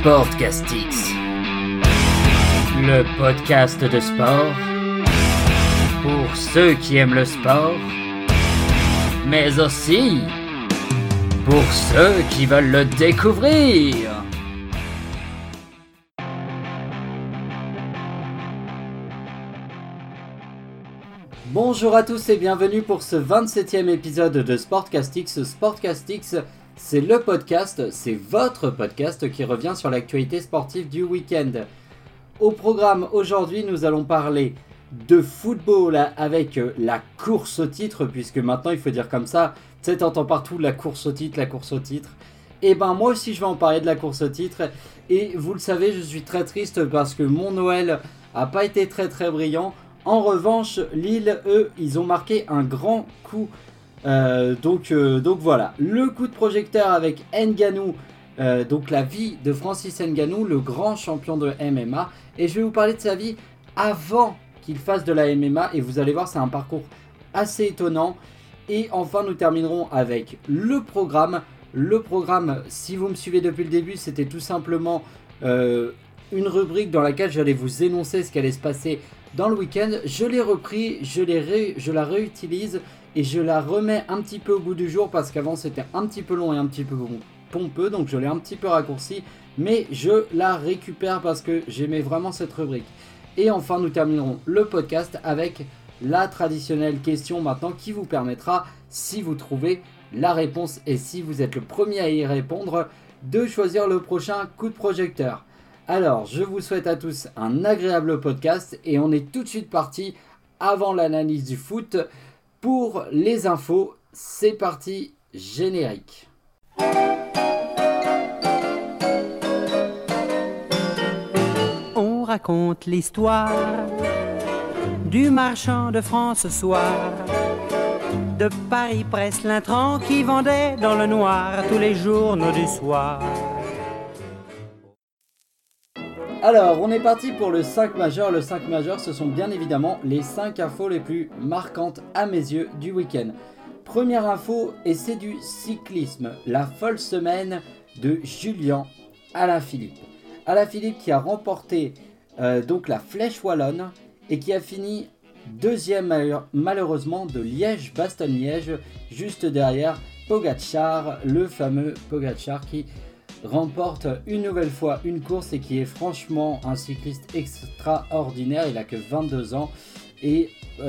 Sportcastix, le podcast de sport pour ceux qui aiment le sport, mais aussi pour ceux qui veulent le découvrir. Bonjour à tous et bienvenue pour ce 27e épisode de Sportcastix. Sportcastix, c'est le podcast, c'est votre podcast qui revient sur l'actualité sportive du week-end. Au programme aujourd'hui, nous allons parler de football avec la course au titre, puisque maintenant il faut dire comme ça, tu sais, t'entends partout la course au titre. Et ben moi aussi je vais en parler de la course au titre, et vous le savez, je suis très triste parce que mon Noël a pas été très brillant. En revanche, Lille, eux, ils ont marqué un grand coup. Donc voilà, le coup de projecteur avec Ngannou, donc la vie de Francis Ngannou, le grand champion de MMA. Et je vais vous parler de sa vie avant qu'il fasse de la MMA. Et vous allez voir, c'est un parcours assez étonnant. Et enfin, nous terminerons avec le programme. Le programme, si vous me suivez depuis le début, c'était tout simplement une rubrique dans laquelle j'allais vous énoncer ce qui allait se passer dans le week-end. Je l'ai repris, je la réutilise et je la remets un petit peu au goût du jour parce qu'avant c'était un petit peu long et un petit peu pompeux, donc je l'ai un petit peu raccourci, mais je la récupère parce que j'aimais vraiment cette rubrique. Et enfin, nous terminerons le podcast avec la traditionnelle question maintenant qui vous permettra, si vous trouvez la réponse et si vous êtes le premier à y répondre, de choisir le prochain coup de projecteur. Alors, je vous souhaite à tous un agréable podcast et on est tout de suite parti avant l'analyse du foot pour les infos. C'est parti, générique. On raconte l'histoire du marchand de France ce soir, de Paris Presse l'intrant qui vendait dans le noir tous les journaux du soir. Alors, on est parti pour le 5 majeur. Le 5 majeur, ce sont bien évidemment les 5 infos les plus marquantes à mes yeux du week-end. Première info, et c'est du cyclisme. La folle semaine de Julien Alaphilippe. Alaphilippe qui a remporté donc la Flèche Wallonne et qui a fini deuxième malheureusement de Liège-Bastogne-Liège, juste derrière Pogačar, le fameux Pogačar qui remporte une nouvelle fois une course et qui est franchement un cycliste extraordinaire. Il a que 22 ans et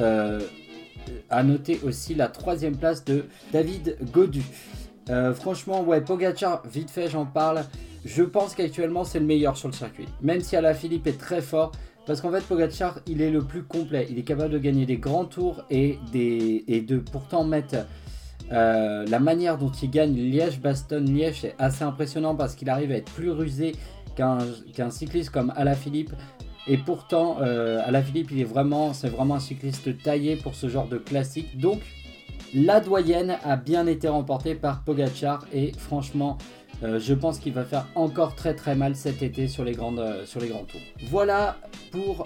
à noter aussi la 3e place de David Gaudu. Franchement, ouais, Pogačar, vite fait j'en parle, je pense qu'actuellement c'est le meilleur sur le circuit, même si Alaphilippe est très fort, parce qu'en fait Pogačar il est le plus complet, il est capable de gagner des grands tours et de pourtant mettre la manière dont il gagne Liège-Bastogne-Liège est assez impressionnant parce qu'il arrive à être plus rusé qu'un cycliste comme Alaphilippe. Et pourtant, Alaphilippe, c'est vraiment un cycliste taillé pour ce genre de classique. Donc, la doyenne a bien été remportée par Pogačar et franchement, je pense qu'il va faire encore très mal cet été sur les grands tours. Voilà pour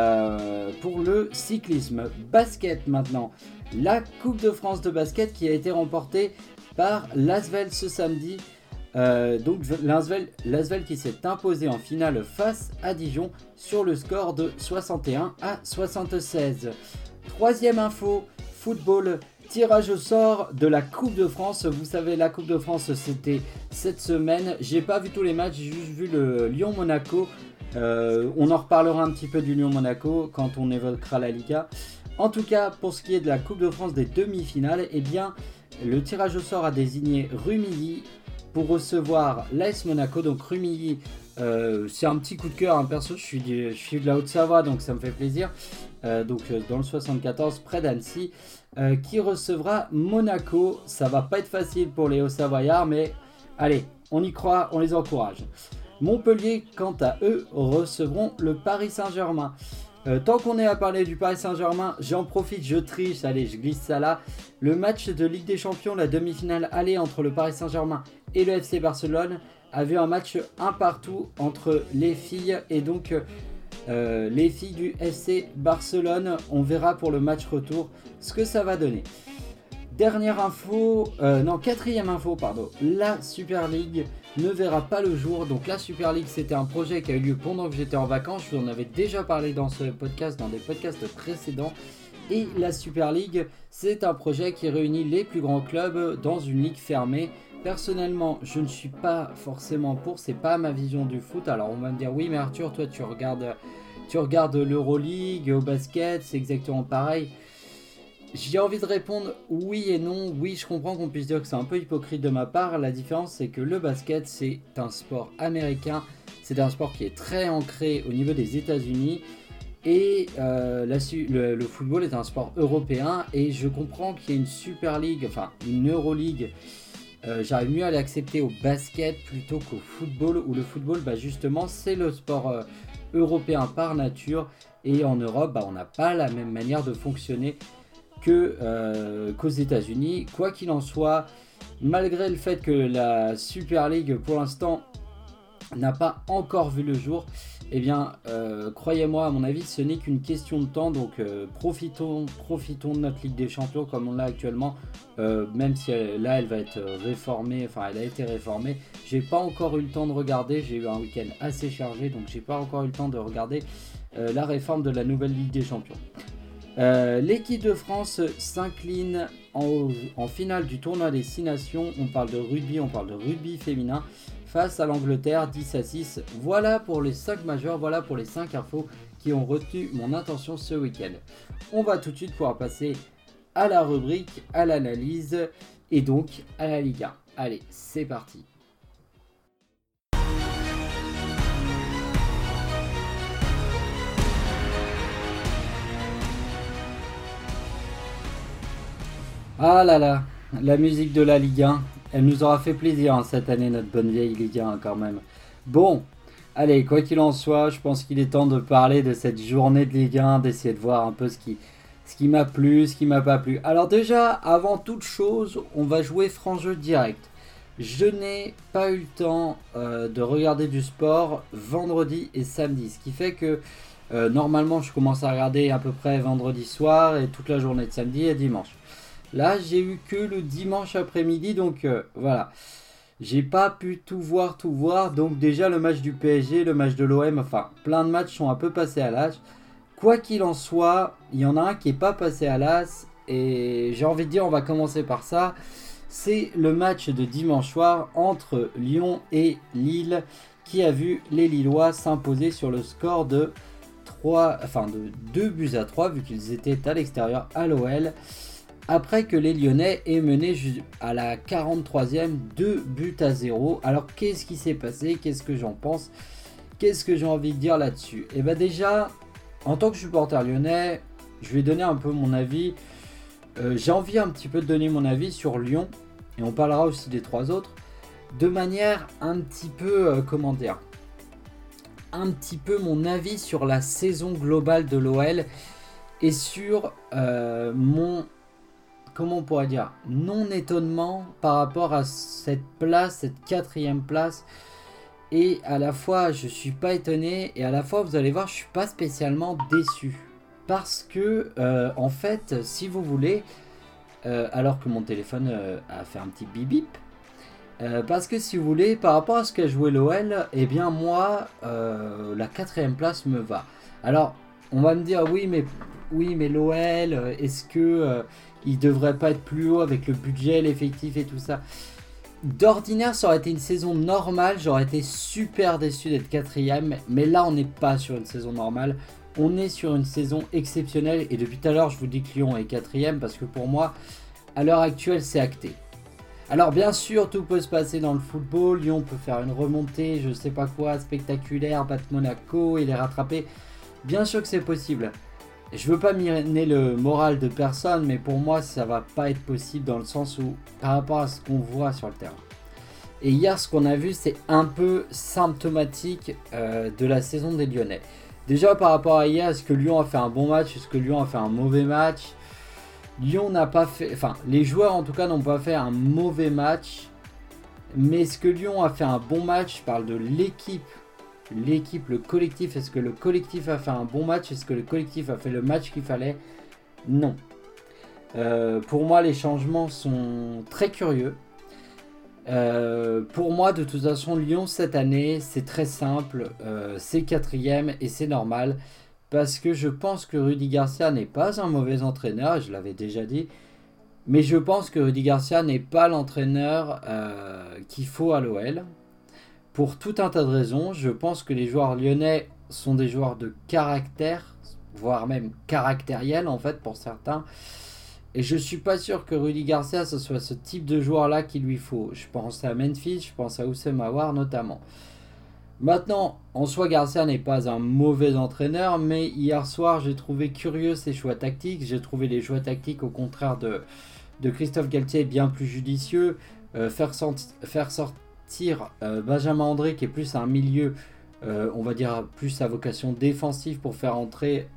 le cyclisme. Basket maintenant. La Coupe de France de basket qui a été remportée par l'Asvel ce samedi. Donc l'Asvel qui s'est imposé en finale face à Dijon sur le score de 61-76. Troisième info, football, tirage au sort de la Coupe de France. Vous savez, la Coupe de France c'était cette semaine. J'ai pas vu tous les matchs, j'ai juste vu le Lyon-Monaco. On en reparlera un petit peu du Lyon-Monaco quand on évoquera la Liga. En tout cas, pour ce qui est de la Coupe de France des demi-finales, eh bien, le tirage au sort a désigné Rumilly pour recevoir l'AS Monaco. Donc Rumilly, c'est un petit coup de cœur, hein. Perso, je suis de la Haute-Savoie, donc ça me fait plaisir. Dans le 74, près d'Annecy, qui recevra Monaco. Ça va pas être facile pour les Hauts-Savoyards, mais allez, on y croit, on les encourage. Montpellier, quant à eux, recevront le Paris Saint-Germain. Tant qu'on est à parler du Paris Saint-Germain, j'en profite, je triche, allez, je glisse ça là. Le match de Ligue des Champions, la demi-finale aller entre le Paris Saint-Germain et le FC Barcelone, a vu un match un partout entre les filles et donc les filles du FC Barcelone. On verra pour le match retour ce que ça va donner. Quatrième info, la Super League ne verra pas le jour. Donc la Super League, c'était un projet qui a eu lieu pendant que j'étais en vacances. Je vous en avais déjà parlé dans ce podcast, dans des podcasts précédents. Et la Super League, c'est un projet qui réunit les plus grands clubs dans une ligue fermée. Personnellement, je ne suis pas forcément pour, c'est pas ma vision du foot. Alors on va me dire, oui mais Arthur, toi tu regardes l'Euroleague au basket, c'est exactement pareil. J'ai envie de répondre oui et non. Oui, je comprends qu'on puisse dire que c'est un peu hypocrite de ma part. La différence, c'est que le basket, c'est un sport américain. C'est un sport qui est très ancré au niveau des États-Unis. Et le football est un sport européen. Et je comprends qu'il y ait une Super League, enfin une Euroleague. J'arrive mieux à l'accepter au basket plutôt qu'au football. Où le football, justement, c'est le sport européen par nature. Et en Europe, on n'a pas la même manière de fonctionner qu'aux États-Unis. Quoi qu'il en soit, malgré le fait que la Super League pour l'instant n'a pas encore vu le jour, croyez-moi, à mon avis, ce n'est qu'une question de temps. Donc profitons de notre Ligue des Champions comme on l'a actuellement, même si elle va être réformée, enfin elle a été réformée. J'ai pas encore eu le temps de regarder, j'ai eu un week-end assez chargé, donc j'ai pas encore eu le temps de regarder la réforme de la nouvelle Ligue des Champions. L'équipe de France s'incline en finale du tournoi des 6 nations. On parle de rugby féminin face à l'Angleterre 10-6. Voilà pour les 5 majeurs, voilà pour les 5 infos qui ont retenu mon attention ce week-end. On va tout de suite pouvoir passer à la rubrique, à l'analyse et donc à la Ligue 1. Allez, c'est parti. Ah là là, la musique de la Ligue 1, elle nous aura fait plaisir cette année, notre bonne vieille Ligue 1 quand même. Bon, allez, quoi qu'il en soit, je pense qu'il est temps de parler de cette journée de Ligue 1, d'essayer de voir un peu ce qui m'a plu, ce qui m'a pas plu. Alors déjà, avant toute chose, on va jouer franc jeu direct. Je n'ai pas eu le temps de regarder du sport vendredi et samedi, ce qui fait que normalement je commence à regarder à peu près vendredi soir et toute la journée de samedi et dimanche. Là, j'ai eu que le dimanche après-midi, donc voilà. J'ai pas pu tout voir. Donc déjà, le match du PSG, le match de l'OM, enfin, plein de matchs sont un peu passés à l'as. Quoi qu'il en soit, il y en a un qui n'est pas passé à l'as. Et j'ai envie de dire, on va commencer par ça. C'est le match de dimanche soir entre Lyon et Lille, qui a vu les Lillois s'imposer sur le score de 2 buts à 3, vu qu'ils étaient à l'extérieur à l'OL. Après que les Lyonnais aient mené à la 43e 2 buts à 0. Alors qu'est-ce qui s'est passé? Qu'est-ce que j'en pense? Qu'est-ce que j'ai envie de dire là-dessus? Et déjà, en tant que supporter lyonnais, je vais donner un peu mon avis. J'ai envie un petit peu de donner mon avis sur Lyon. Et on parlera aussi des 3 autres. De manière un petit peu, un petit peu mon avis sur la saison globale de l'OL. Et sur mon... comment on pourrait dire, non-étonnement par rapport à cette place, cette 4e place. Et à la fois, je suis pas étonné et à la fois, vous allez voir, je suis pas spécialement déçu. Parce que, en fait, si vous voulez, alors que mon téléphone a fait un petit bip bip, parce que si vous voulez, par rapport à ce qu'a joué l'OL, moi, la 4e place me va. Alors, on va me dire, oui, mais l'OL, est-ce que... il devrait pas être plus haut avec le budget, l'effectif et tout ça. D'ordinaire, ça aurait été une saison normale. J'aurais été super déçu d'être 4e. Mais là, on n'est pas sur une saison normale. On est sur une saison exceptionnelle. Et depuis tout à l'heure, je vous dis que Lyon est 4e. Parce que pour moi, à l'heure actuelle, c'est acté. Alors bien sûr, tout peut se passer dans le football. Lyon peut faire une remontée, je sais pas quoi, spectaculaire, battre Monaco et les rattraper. Bien sûr que c'est possible. Je veux pas miner le moral de personne, mais pour moi ça va pas être possible dans le sens où par rapport à ce qu'on voit sur le terrain. Et hier ce qu'on a vu c'est un peu symptomatique de la saison des Lyonnais. Déjà par rapport à hier, est-ce que Lyon a fait un bon match, est-ce que Lyon a fait un mauvais match? Lyon n'a pas fait, enfin les joueurs en tout cas n'ont pas fait un mauvais match. Mais est-ce que Lyon a fait un bon match? Je parle de l'équipe. L'équipe, le collectif, est-ce que le collectif a fait un bon match? Est-ce que le collectif a fait le match qu'il fallait? Non. Pour moi, les changements sont très curieux. Pour moi, de toute façon, Lyon cette année, c'est très simple. C'est 4e et c'est normal. Parce que je pense que Rudy Garcia n'est pas un mauvais entraîneur, je l'avais déjà dit. Mais je pense que Rudy Garcia n'est pas l'entraîneur qu'il faut à l'OL. Pour tout un tas de raisons. Je pense que les joueurs lyonnais sont des joueurs de caractère, voire même caractériels en fait pour certains. Et je suis pas sûr que Rudy Garcia ce soit ce type de joueur là qu'il lui faut. Je pense à Memphis, je pense à Oussem Aouar notamment. Maintenant, en soi, Garcia n'est pas un mauvais entraîneur, mais hier soir, j'ai trouvé curieux ses choix tactiques. J'ai trouvé les choix tactiques, au contraire de Christophe Galtier, bien plus judicieux. Faire sortir Benjamin André, qui est plus un milieu, on va dire plus à vocation défensive, pour faire entrer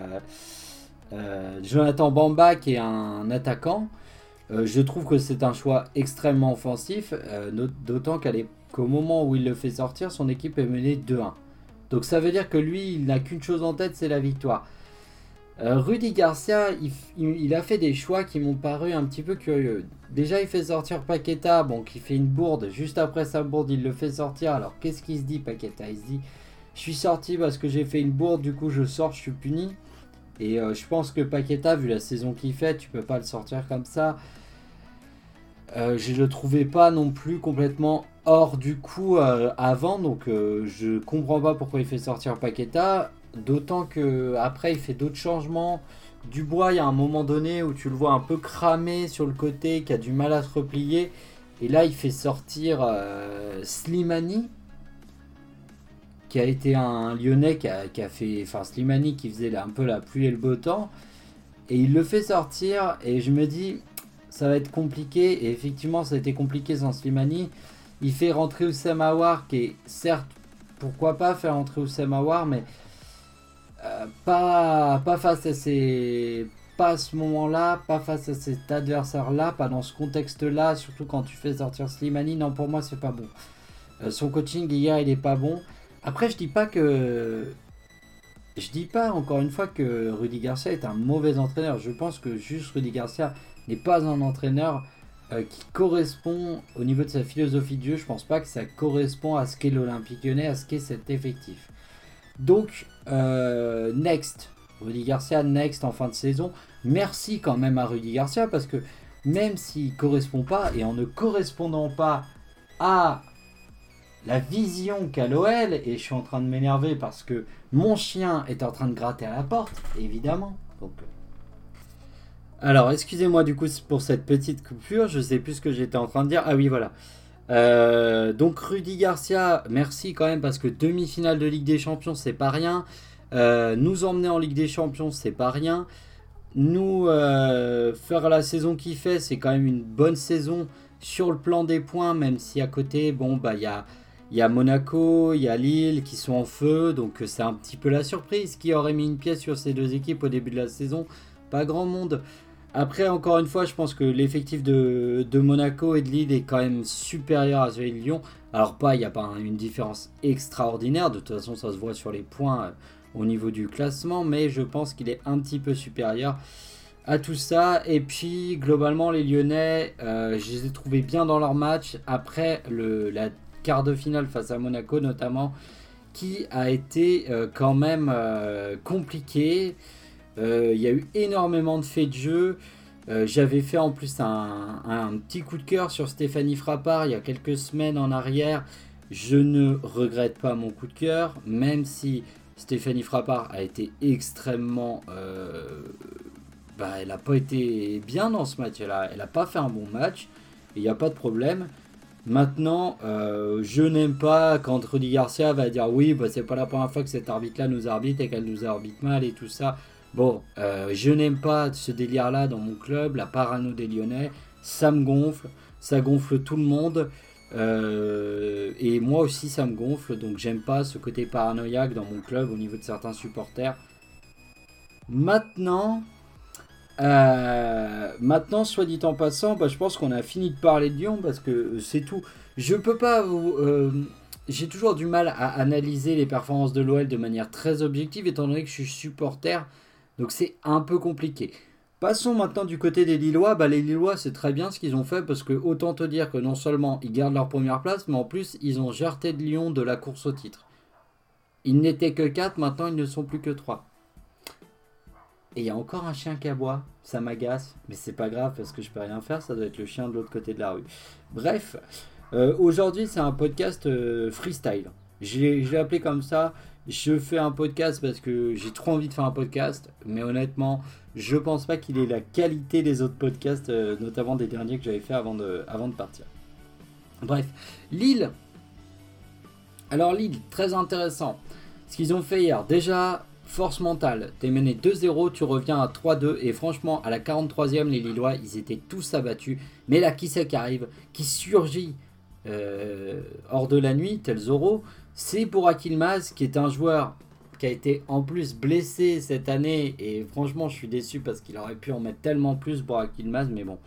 Jonathan Bamba, qui est un attaquant. Je trouve que c'est un choix extrêmement offensif, d'autant qu'au moment où il le fait sortir, son équipe est menée 2-1. Donc ça veut dire que lui, il n'a qu'une chose en tête, c'est la victoire. Rudy Garcia, il a fait des choix qui m'ont paru un petit peu curieux. Déjà, il fait sortir Paqueta, qui fait une bourde. Juste après sa bourde, il le fait sortir. Alors, qu'est-ce qu'il se dit, Paqueta? Il se dit, je suis sorti parce que j'ai fait une bourde, du coup je sors, je suis puni. Et je pense que Paqueta, vu la saison qu'il fait, tu peux pas le sortir comme ça. Je le trouvais pas non plus complètement hors du coup avant, donc je comprends pas pourquoi il fait sortir Paqueta, d'autant que après il fait d'autres changements. Dubois, il y a un moment donné où tu le vois un peu cramé sur le côté, qui a du mal à se replier, et là il fait sortir Slimani, qui a été un Lyonnais qui a fait, enfin Slimani qui faisait un peu la pluie et le beau temps, et il le fait sortir, et je me dis ça va être compliqué, et effectivement ça a été compliqué sans Slimani. Il fait rentrer Oussem Aouar, qui est certes, pourquoi pas faire rentrer Oussem Aouar, mais pas face à pas à ce moment-là, pas face à cet adversaire-là, pas dans ce contexte-là, surtout quand tu fais sortir Slimani. Non, pour moi c'est pas bon. Son coaching hier il est pas bon. Après je dis pas encore une fois que Rudy Garcia est un mauvais entraîneur. Je pense que juste Rudy Garcia n'est pas un entraîneur qui correspond au niveau de sa philosophie de jeu. Je pense pas que ça correspond à ce qu'est l'Olympique Lyonnais, à ce qu'est cet effectif. Donc next, Rudy Garcia next en fin de saison. Merci quand même à Rudy Garcia, parce que même s'il correspond pas, et en ne correspondant pas à la vision qu'a l'OL, et je suis en train de m'énerver parce que mon chien est en train de gratter à la porte, évidemment. Donc, alors, excusez-moi du coup pour cette petite coupure, je sais plus ce que j'étais en train de dire. Ah oui, voilà. Donc Rudy Garcia, merci quand même, parce que demi-finale de Ligue des Champions, c'est pas rien. Nous emmener en Ligue des Champions, c'est pas rien. Nous faire la saison qu'il fait, c'est quand même une bonne saison sur le plan des points, même si à côté, il y a Monaco, il y a Lille qui sont en feu, donc c'est un petit peu la surprise. Qui aurait mis une pièce sur ces deux équipes au début de la saison? Pas grand monde. Après, encore une fois, je pense que l'effectif de Monaco et de Lille est quand même supérieur à celui de Lyon. Alors il n'y a pas une différence extraordinaire, de toute façon ça se voit sur les points au niveau du classement, mais je pense qu'il est un petit peu supérieur à tout ça. Et puis globalement les Lyonnais, je les ai trouvés bien dans leur match, après la quart de finale face à Monaco notamment, qui a été quand même compliqué. Il y a eu énormément de faits de jeu. J'avais fait en plus un petit coup de cœur sur Stéphanie Frappart il y a quelques semaines en arrière. Je ne regrette pas mon coup de cœur, même si Stéphanie Frappart a été extrêmement... elle n'a pas été bien dans ce match. Elle n'a pas fait un bon match. Il n'y a pas de problème. Maintenant, je n'aime pas quand Rudy Garcia va dire oui, c'est pas la première fois que cet arbitre-là nous arbitre et qu'elle nous arbitre mal et tout ça. Bon, je n'aime pas ce délire-là dans mon club, la parano des Lyonnais. Ça me gonfle, ça gonfle tout le monde. Et moi aussi, ça me gonfle. Donc, j'aime pas ce côté paranoïaque dans mon club au niveau de certains supporters. Maintenant, soit dit en passant, je pense qu'on a fini de parler de Lyon, parce que c'est tout. Je peux pas j'ai toujours du mal à analyser les performances de l'OL de manière très objective, étant donné que je suis supporter, donc c'est un peu compliqué. Passons maintenant du côté des Lillois. Les Lillois, c'est très bien ce qu'ils ont fait parce que autant te dire que non seulement ils gardent leur première place, mais en plus ils ont jarté de Lyon de la course au titre. Ils n'étaient que 4, maintenant ils ne sont plus que 3. Et il y a encore un chien qui aboie, ça m'agace, mais c'est pas grave parce que je peux rien faire, ça doit être le chien de l'autre côté de la rue. Bref, aujourd'hui c'est un podcast freestyle. Je l'ai appelé comme ça. Je fais un podcast parce que j'ai trop envie de faire un podcast, mais honnêtement, je pense pas qu'il ait la qualité des autres podcasts, notamment des derniers que j'avais fait avant de partir. Bref, Lille. Alors Lille, très intéressant. Ce qu'ils ont fait hier, déjà, force mentale. T'es mené 2-0, tu reviens à 3-2, et franchement, à la 43e, les Lillois, ils étaient tous abattus. Mais là, qui c'est qui arrive, qui surgit hors de la nuit, tel Zorro? C'est Burak Yılmaz, qui est un joueur qui a été en plus blessé cette année. Et franchement, je suis déçu parce qu'il aurait pu en mettre tellement plus, Burak Yılmaz. Mais bon.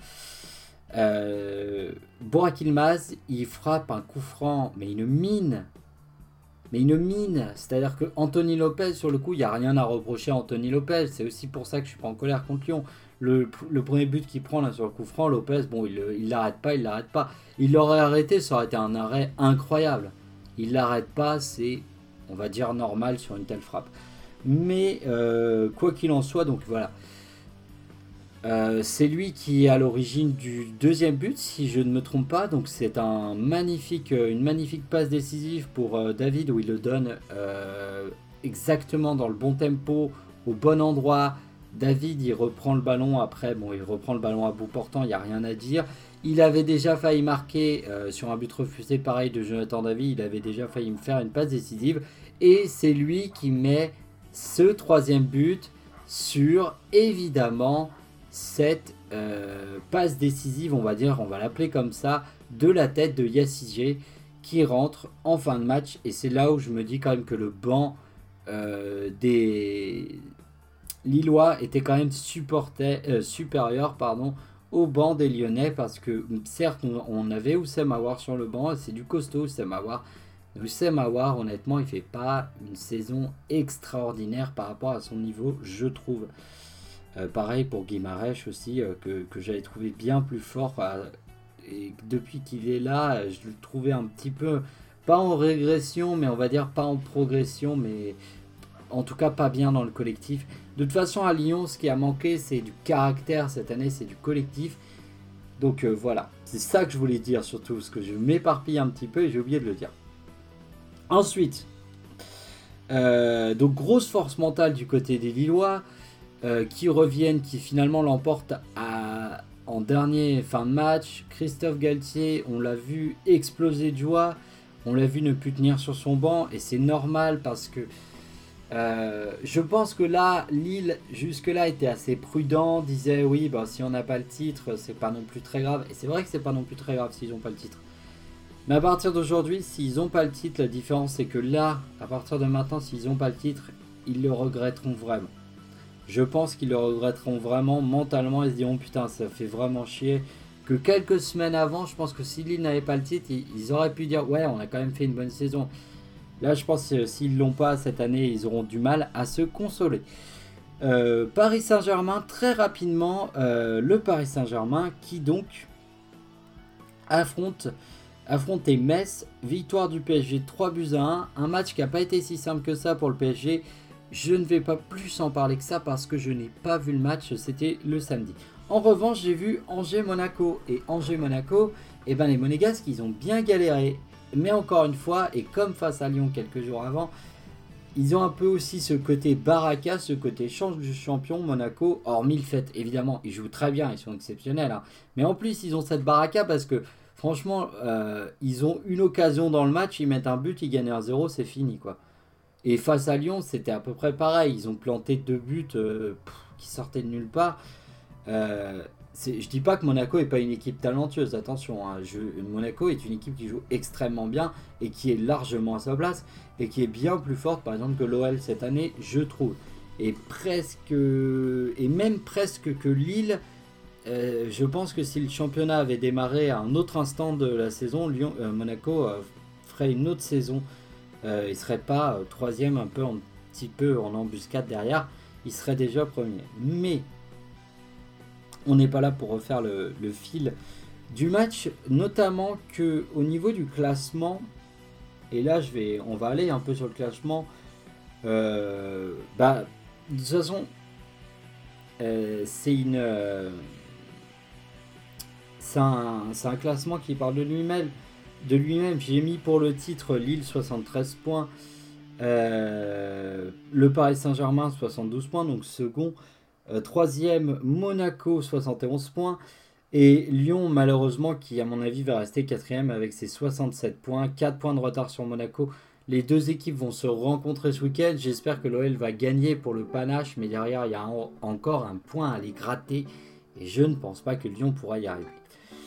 Burak Yılmaz, il frappe un coup franc, mais une mine. C'est-à-dire que Anthony Lopez, sur le coup, il n'y a rien à reprocher à Anthony Lopez. C'est aussi pour ça que je suis pas en colère contre Lyon. Le premier but qu'il prend là sur le coup franc, Lopez, bon, il l'arrête pas. Il l'aurait arrêté, ça aurait été un arrêt incroyable. Il l'arrête pas, c'est, on va dire, normal sur une telle frappe. Mais quoi qu'il en soit, donc voilà. C'est lui qui est à l'origine du deuxième but, si je ne me trompe pas. Donc c'est une magnifique passe décisive pour David, où il le donne exactement dans le bon tempo, au bon endroit. David, il reprend le ballon après. Bon, il reprend le ballon à bout portant, il n'y a rien à dire. Il avait déjà failli marquer sur un but refusé pareil de Jonathan David. Il avait déjà failli me faire une passe décisive. Et c'est lui qui met ce troisième but sur, évidemment, cette passe décisive, on va l'appeler comme ça, de la tête de Yassijé qui rentre en fin de match. Et c'est là où je me dis quand même que le banc des Lillois était quand même supérieur au banc des Lyonnais, parce que certes on avait Oussem Aouar sur le banc, c'est du costaud Oussem Aouar. Oussem Aouar, honnêtement, il fait pas une saison extraordinaire par rapport à son niveau, je trouve. Pareil pour Guimarães aussi, que j'avais trouvé bien plus fort. Et depuis qu'il est là, je le trouvais un petit peu, pas en régression, mais on va dire pas en progression, mais en tout cas pas bien dans le collectif. De toute façon, à Lyon, ce qui a manqué, c'est du caractère cette année, c'est du collectif. Donc voilà, c'est ça que je voulais dire surtout, parce que je m'éparpille un petit peu et j'ai oublié de le dire. Ensuite, donc grosse force mentale du côté des Lillois, qui reviennent, qui finalement l'emportent en dernier fin de match. Christophe Galtier, on l'a vu exploser de joie, on l'a vu ne plus tenir sur son banc, et c'est normal parce que je pense que là, Lille jusque-là était assez prudent, disait oui, si on n'a pas le titre, c'est pas non plus très grave, et c'est vrai que c'est pas non plus très grave s'ils n'ont pas le titre. Mais à partir d'aujourd'hui, s'ils n'ont pas le titre, la différence c'est que là, à partir de maintenant, s'ils n'ont pas le titre, ils le regretteront vraiment. Je pense qu'ils le regretteront vraiment mentalement. Ils se diront putain, ça fait vraiment chier. Que quelques semaines avant, je pense que si Lille n'avait pas le titre, ils auraient pu dire ouais, on a quand même fait une bonne saison. Là, je pense que s'ils l'ont pas cette année, ils auront du mal à se consoler. Paris Saint-Germain, très rapidement, le Paris Saint-Germain qui donc affrontait Metz, victoire du PSG 3-1, un match qui n'a pas été si simple que ça pour le PSG. Je ne vais pas plus en parler que ça parce que je n'ai pas vu le match, c'était le samedi. En revanche, j'ai vu Angers-Monaco. Et Angers-Monaco, les Monégasques, ils ont bien galéré. Mais encore une fois, et comme face à Lyon quelques jours avant, ils ont un peu aussi ce côté baraka, ce côté change du champion, Monaco. Hormis le fait, évidemment, ils jouent très bien, ils sont exceptionnels. Hein. Mais en plus, ils ont cette baraka parce que, franchement, ils ont une occasion dans le match, ils mettent un but, ils gagnent 1-0, c'est fini, quoi. Et face à Lyon, c'était à peu près pareil. Ils ont planté 2 buts qui sortaient de nulle part. Je dis pas que Monaco n'est pas une équipe talentueuse, attention. Hein, Monaco est une équipe qui joue extrêmement bien et qui est largement à sa place et qui est bien plus forte, par exemple, que l'OL cette année, je trouve. Et même presque que Lille. Je pense que si le championnat avait démarré à un autre instant de la saison, Monaco ferait une autre saison. Il ne serait pas troisième, un petit peu en embuscade derrière, il serait déjà premier. Mais on n'est pas là pour refaire le fil du match, notamment qu'au niveau du classement, et là on va aller un peu sur le classement, de toute façon, c'est un classement qui parle de lui-même. J'ai mis pour le titre Lille 73 points, le Paris Saint-Germain 72 points, donc second, troisième Monaco 71 points, et Lyon malheureusement qui à mon avis va rester quatrième avec ses 67 points, 4 points de retard sur Monaco. Les deux équipes vont se rencontrer ce week-end, j'espère que l'OL va gagner pour le panache, mais derrière il y a encore un point à aller gratter, et je ne pense pas que Lyon pourra y arriver.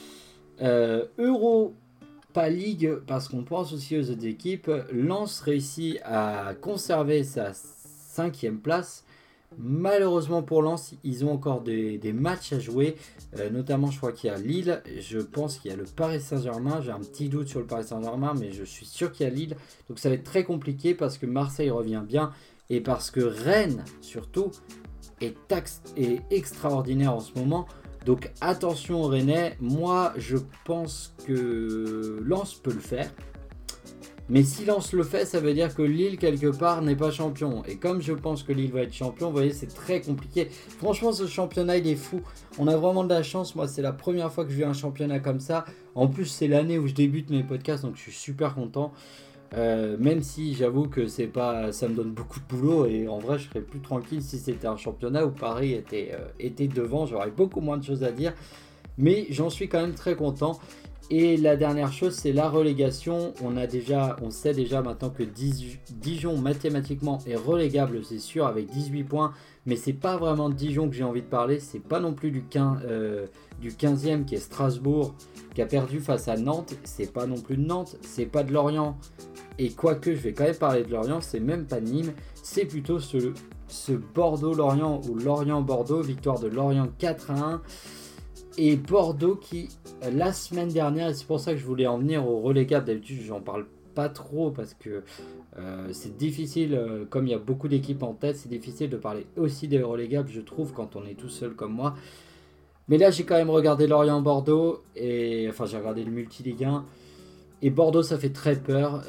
Europa League, parce qu'on pense aussi aux autres équipes, Lens réussit à conserver sa 5e place. Malheureusement pour Lens, ils ont encore des matchs à jouer, notamment je crois qu'il y a Lille, je pense qu'il y a le Paris Saint-Germain, j'ai un petit doute sur le Paris Saint-Germain, mais je suis sûr qu'il y a Lille, donc ça va être très compliqué parce que Marseille revient bien, et parce que Rennes surtout est extraordinaire en ce moment. Donc attention aux Rennais, moi je pense que Lens peut le faire. Mais si Lens le fait, ça veut dire que Lille quelque part n'est pas champion. Et comme je pense que Lille va être champion, vous voyez c'est très compliqué. Franchement ce championnat il est fou. On a vraiment de la chance, moi c'est la première fois que je vis un championnat comme ça. En plus c'est l'année où je débute mes podcasts, donc je suis super content. Même si j'avoue que ça me donne beaucoup de boulot, et en vrai je serais plus tranquille si c'était un championnat où Paris était devant, j'aurais beaucoup moins de choses à dire, mais j'en suis quand même très content. Et la dernière chose c'est la relégation. On sait déjà maintenant que Dijon mathématiquement est relégable, c'est sûr, avec 18 points, mais c'est pas vraiment de Dijon que j'ai envie de parler, c'est pas non plus du 15e qui est Strasbourg qui a perdu face à Nantes, c'est pas non plus de Nantes, c'est pas de Lorient. Et quoique je vais quand même parler de Lorient, c'est même pas de Nîmes, c'est plutôt ce Bordeaux-Lorient ou Lorient-Bordeaux, victoire de Lorient 4-1. Et Bordeaux qui, la semaine dernière, et c'est pour ça que je voulais en venir au relégable, d'habitude j'en parle pas trop parce que c'est difficile, comme il y a beaucoup d'équipes en tête, c'est difficile de parler aussi des relégables, je trouve, quand on est tout seul comme moi. Mais là j'ai quand même regardé Lorient-Bordeaux, et enfin j'ai regardé le multi-ligue 1. Et Bordeaux, ça fait très peur.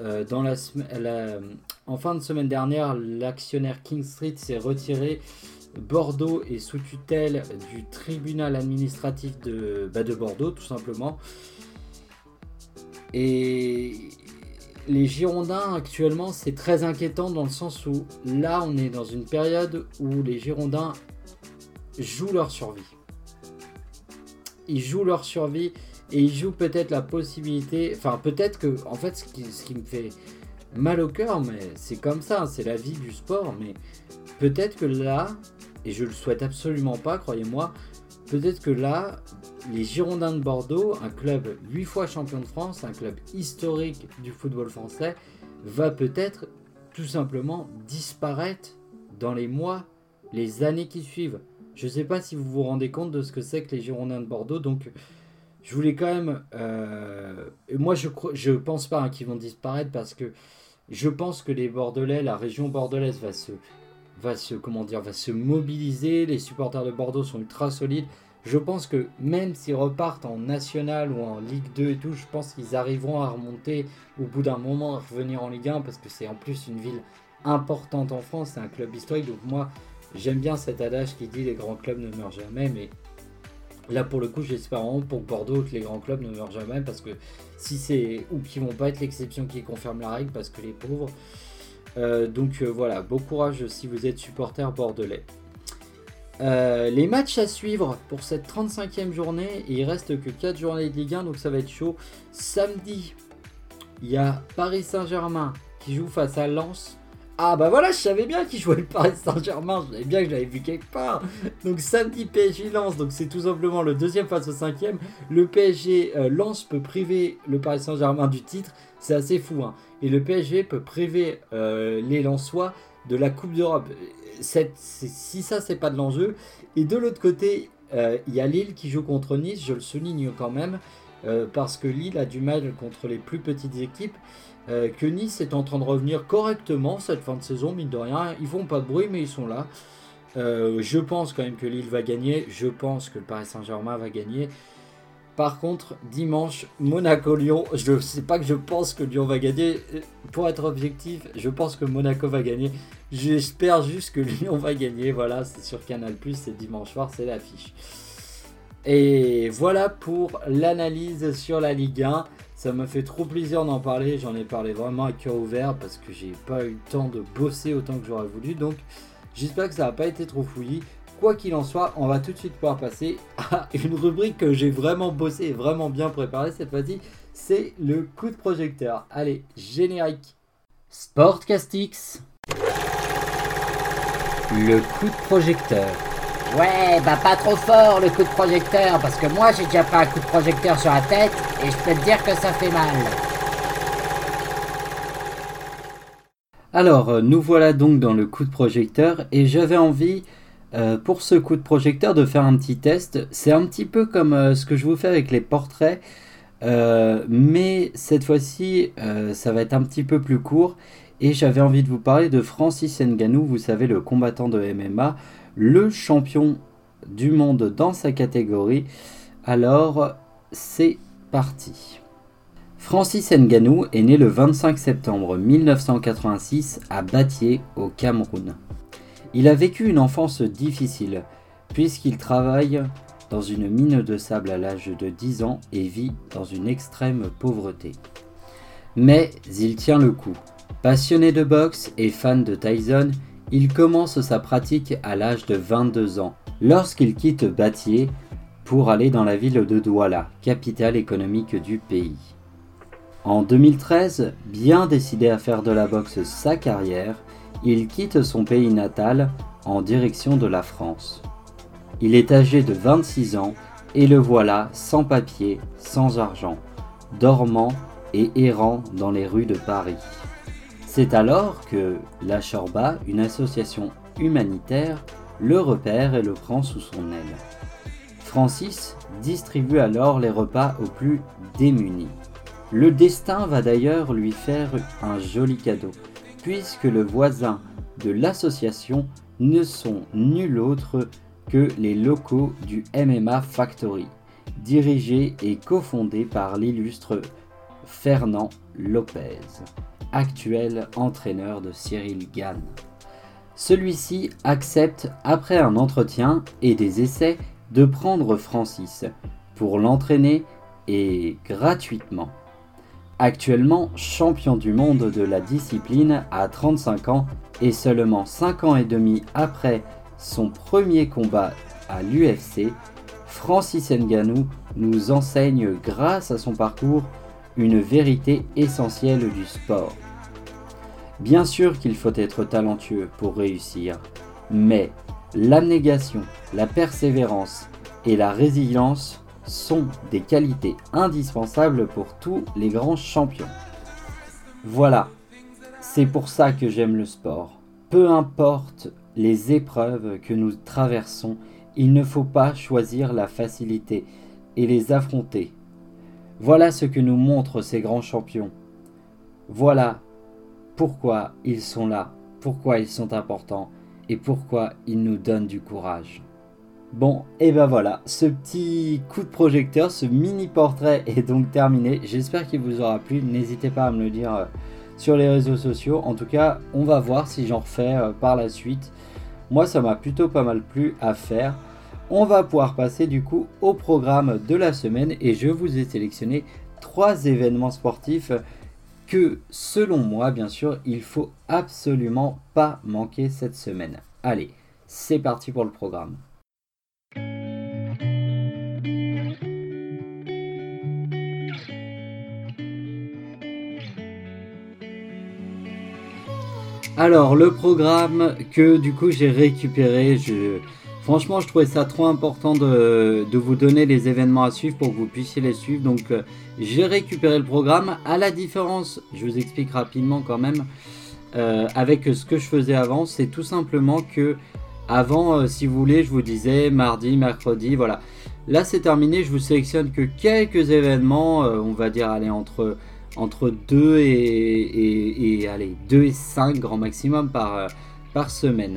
En fin de semaine dernière, l'actionnaire King Street s'est retiré. Bordeaux est sous tutelle du tribunal administratif de Bordeaux, tout simplement. Et les Girondins, actuellement, c'est très inquiétant dans le sens où là, on est dans une période où les Girondins jouent leur survie. Ils jouent leur survie. Et il joue peut-être la possibilité, enfin peut-être que, en fait ce qui me fait mal au cœur, mais c'est comme ça, c'est la vie du sport, mais peut-être que là, et je le souhaite absolument pas, croyez-moi, peut-être que là, les Girondins de Bordeaux, un club 8 fois champion de France, un club historique du football français, va peut-être tout simplement disparaître dans les mois, les années qui suivent. Je ne sais pas si vous vous rendez compte de ce que c'est que les Girondins de Bordeaux, donc je voulais quand même... moi, je pense pas qu'ils vont disparaître parce que je pense que les Bordelais, la région bordelaise va se mobiliser. Les supporters de Bordeaux sont ultra solides. Je pense que même s'ils repartent en National ou en Ligue 2 et tout, je pense qu'ils arriveront à remonter au bout d'un moment, à revenir en Ligue 1 parce que c'est en plus une ville importante en France, c'est un club historique. Donc moi, j'aime bien cet adage qui dit les grands clubs ne meurent jamais, mais... Là pour le coup j'espère vraiment pour Bordeaux que les grands clubs ne meurent jamais, parce que si c'est, ou qui vont pas être l'exception qui confirme la règle, parce que les pauvres. Voilà, bon courage si vous êtes supporter bordelais. Les matchs à suivre pour cette 35e journée, et il reste que 4 journées de Ligue 1, donc ça va être chaud. Samedi, il y a Paris Saint-Germain qui joue face à Lens. Ah bah voilà, je savais bien qu'il jouait le Paris Saint-Germain, je savais bien que je l'avais vu quelque part. Donc samedi PSG Lens, donc c'est tout simplement le deuxième face au 5e. Le PSG Lens peut priver le Paris Saint-Germain du titre, c'est assez fou, hein. Et le PSG peut priver les Lensois de la Coupe d'Europe. Si ça c'est pas de l'enjeu. Et de l'autre côté, il y a Lille qui joue contre Nice, je le souligne quand même, parce que Lille a du mal contre les plus petites équipes. Que Nice est en train de revenir correctement cette fin de saison, mine de rien. Ils font pas de bruit, mais ils sont là. Je pense quand même que Lille va gagner. Je pense que le Paris Saint-Germain va gagner. Par contre, dimanche, Monaco-Lyon. Je ne sais pas que je pense que Lyon va gagner. Pour être objectif, je pense que Monaco va gagner. J'espère juste que Lyon va gagner. Voilà, c'est sur Canal+, c'est dimanche soir, c'est l'affiche. Et voilà pour l'analyse sur la Ligue 1. Ça m'a fait trop plaisir d'en parler. J'en ai parlé vraiment à cœur ouvert parce que j'ai pas eu le temps de bosser autant que j'aurais voulu. Donc, j'espère que ça n'a pas été trop fouillis. Quoi qu'il en soit, on va tout de suite pouvoir passer à une rubrique que j'ai vraiment bossé et vraiment bien préparée cette fois-ci. C'est le coup de projecteur. Allez, générique. Sportcastix. Le coup de projecteur. Ouais, bah pas trop fort le coup de projecteur, parce que moi j'ai déjà pris un coup de projecteur sur la tête, et je peux te dire que ça fait mal. Alors, nous voilà donc dans le coup de projecteur, et j'avais envie, pour ce coup de projecteur, de faire un petit test. C'est un petit peu comme ce que je vous fais avec les portraits, mais cette fois-ci, ça va être un petit peu plus court, et j'avais envie de vous parler de Francis Ngannou, vous savez, le combattant de MMA, le champion du monde dans sa catégorie. Alors, c'est parti. Francis Ngannou est né le 25 septembre 1986 à Battié, au Cameroun. Il a vécu une enfance difficile, puisqu'il travaille dans une mine de sable à l'âge de 10 ans et vit dans une extrême pauvreté. Mais il tient le coup. Passionné de boxe et fan de Tyson, il commence sa pratique à l'âge de 22 ans, lorsqu'il quitte Battié pour aller dans la ville de Douala, capitale économique du pays. En 2013, bien décidé à faire de la boxe sa carrière, il quitte son pays natal en direction de la France. Il est âgé de 26 ans et le voilà sans papier, sans argent, dormant et errant dans les rues de Paris. C'est alors que la Chorba, une association humanitaire, le repère et le prend sous son aile. Francis distribue alors les repas aux plus démunis. Le destin va d'ailleurs lui faire un joli cadeau, puisque le voisin de l'association ne sont nul autre que les locaux du MMA Factory, dirigé et cofondé par l'illustre Fernand Lopez, actuel entraîneur de Cyril Gane. Celui-ci accepte, après un entretien et des essais, de prendre Francis pour l'entraîner et gratuitement. Actuellement champion du monde de la discipline à 35 ans et seulement 5 ans et demi après son premier combat à l'UFC, Francis Ngannou nous enseigne grâce à son parcours une vérité essentielle du sport. Bien sûr qu'il faut être talentueux pour réussir, mais l'abnégation, la persévérance et la résilience sont des qualités indispensables pour tous les grands champions. Voilà, c'est pour ça que j'aime le sport. Peu importe les épreuves que nous traversons, il ne faut pas choisir la facilité et les affronter. Voilà ce que nous montrent ces grands champions. Voilà pourquoi ils sont là, pourquoi ils sont importants et pourquoi ils nous donnent du courage. Bon, et ben voilà, ce petit coup de projecteur, ce mini portrait est donc terminé. J'espère qu'il vous aura plu. N'hésitez pas à me le dire sur les réseaux sociaux. En tout cas, on va voir si j'en refais par la suite. Moi, ça m'a plutôt pas mal plu à faire. On va pouvoir passer du coup au programme de la semaine et je vous ai sélectionné 3 événements sportifs que, selon moi, bien sûr, il faut absolument pas manquer cette semaine. Allez, c'est parti pour le programme. Alors, le programme que du coup j'ai récupéré, franchement je trouvais ça trop important de vous donner les événements à suivre pour que vous puissiez les suivre. Donc j'ai récupéré le programme. À la différence, je vous explique rapidement quand même, avec ce que je faisais avant, c'est tout simplement que avant, si vous voulez, je vous disais mardi, mercredi, voilà. Là c'est terminé, je vous sélectionne que quelques événements, on va dire aller entre 2 et 5 grand maximum par semaine.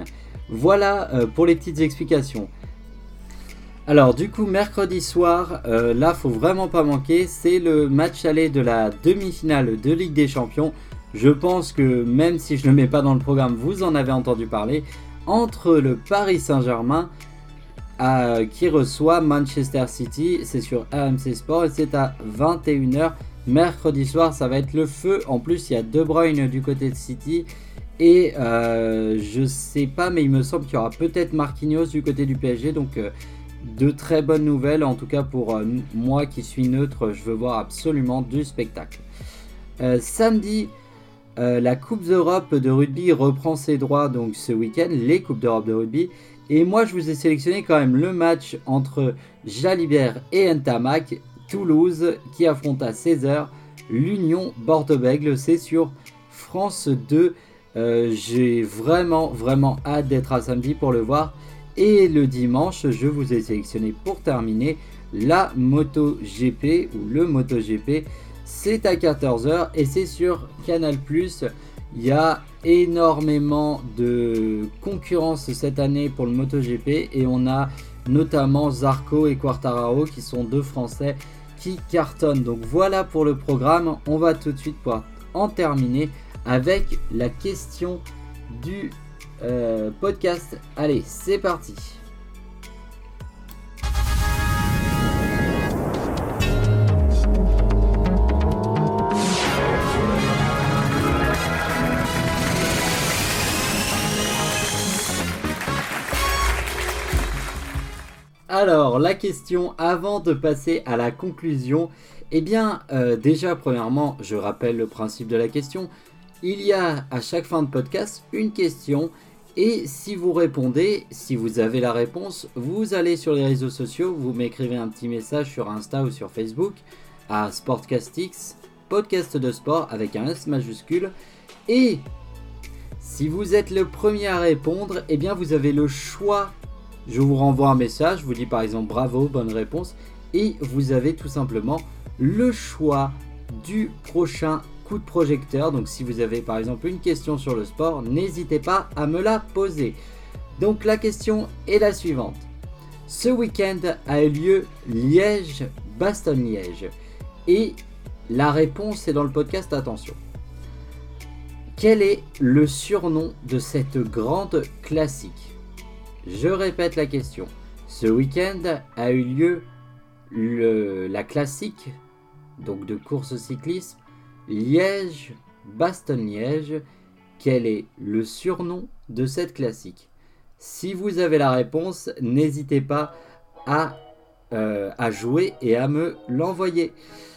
Voilà pour les petites explications. Alors du coup mercredi soir, là faut vraiment pas manquer, c'est le match aller de la demi-finale de Ligue des Champions. Je pense que même si je ne le mets pas dans le programme, vous en avez entendu parler, entre le Paris Saint-Germain qui reçoit Manchester City. C'est sur RMC Sport et c'est à 21h mercredi soir. Ça va être le feu. En plus il y a De Bruyne du côté de City et je sais pas, mais il me semble qu'il y aura peut-être Marquinhos du côté du PSG. Donc de très bonnes nouvelles, en tout cas pour moi qui suis neutre, je veux voir absolument du spectacle. Samedi, la Coupe d'Europe de rugby reprend ses droits donc ce week-end, les Coupes d'Europe de rugby. Et moi je vous ai sélectionné quand même le match entre Jalibert et Ntamak, Toulouse qui affronte à 16h l'Union Bordeaux-Bègles. C'est sur France 2. J'ai vraiment hâte d'être à samedi pour le voir. Et le dimanche, je vous ai sélectionné pour terminer la MotoGP ou le MotoGP. C'est à 14h et c'est sur Canal+. Il y a énormément de concurrence cette année pour le MotoGP et on a notamment Zarco et Quartararo qui sont deux Français qui cartonnent. Donc voilà pour le programme. On va tout de suite pouvoir en terminer avec la question du podcast. Allez, c'est parti. Alors, la question avant de passer à la conclusion, eh bien, déjà, premièrement, je rappelle le principe de la question. Il y a à chaque fin de podcast une question et si vous répondez, si vous avez la réponse, vous allez sur les réseaux sociaux, vous m'écrivez un petit message sur Insta ou sur Facebook à Sportcastix, podcast de sport avec un S majuscule. Et si vous êtes le premier à répondre, eh bien vous avez le choix. Je vous renvoie un message, je vous dis par exemple bravo, bonne réponse. Et vous avez tout simplement le choix du prochain coup de projecteur. Donc si vous avez par exemple une question sur le sport, n'hésitez pas à me la poser. Donc la question est la suivante. Ce week-end a eu lieu Liège-Bastogne-Liège. Et la réponse est dans le podcast, attention. Quel est le surnom de cette grande classique ? Je répète la question. Ce week-end a eu lieu la classique, donc de course cyclisme, Liège-Bastogne-Liège. Quel est le surnom de cette classique ? Si vous avez la réponse, n'hésitez pas à jouer et à me l'envoyer.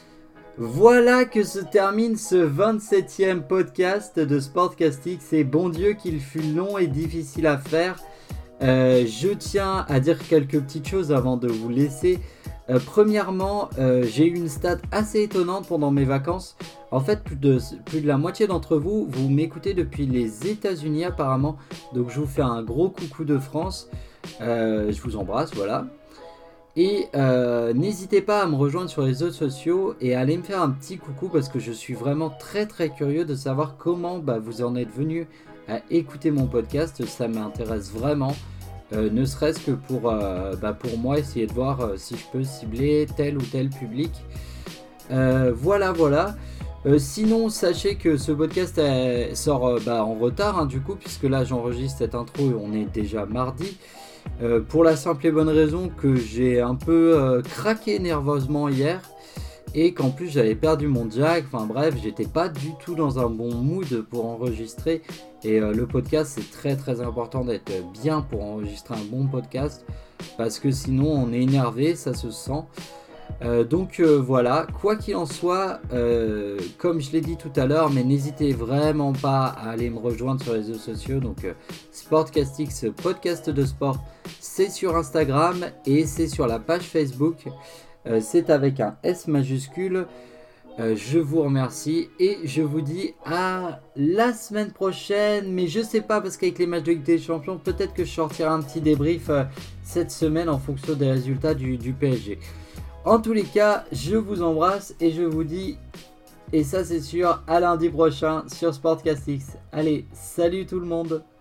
Voilà que se termine ce 27e podcast de Sportcastix. C'est bon Dieu qu'il fut long et difficile à faire. Je tiens à dire quelques petites choses avant de vous laisser. Premièrement, j'ai eu une stat assez étonnante pendant mes vacances. En fait, plus de la moitié d'entre vous m'écoutez depuis les États-Unis apparemment. Donc je vous fais un gros coucou de France. Je vous embrasse, voilà. Et n'hésitez pas à me rejoindre sur les réseaux sociaux et à aller me faire un petit coucou parce que je suis vraiment très curieux de savoir comment vous en êtes venu à écouter mon podcast. Ça m'intéresse vraiment. Ne serait-ce que pour moi essayer de voir si je peux cibler tel ou tel public. Voilà. Sinon sachez que ce podcast sort en retard du coup, puisque là j'enregistre cette intro et on est déjà mardi, pour la simple et bonne raison que j'ai un peu craqué nerveusement hier et qu'en plus j'avais perdu mon jack. Enfin bref, j'étais pas du tout dans un bon mood pour enregistrer. Et le podcast, c'est très important d'être bien pour enregistrer un bon podcast, parce que sinon on est énervé, ça se sent. Donc voilà, quoi qu'il en soit, comme je l'ai dit tout à l'heure, mais n'hésitez vraiment pas à aller me rejoindre sur les réseaux sociaux. Donc Sportcastix, podcast de sport, c'est sur Instagram et c'est sur la page Facebook. C'est avec un S majuscule. Je vous remercie et je vous dis à la semaine prochaine. Mais je sais pas, parce qu'avec les matchs de Ligue des Champions, peut-être que je sortirai un petit débrief cette semaine en fonction des résultats du PSG. En tous les cas, je vous embrasse et je vous dis, et ça c'est sûr, à lundi prochain sur Sportcastix. Allez, salut tout le monde!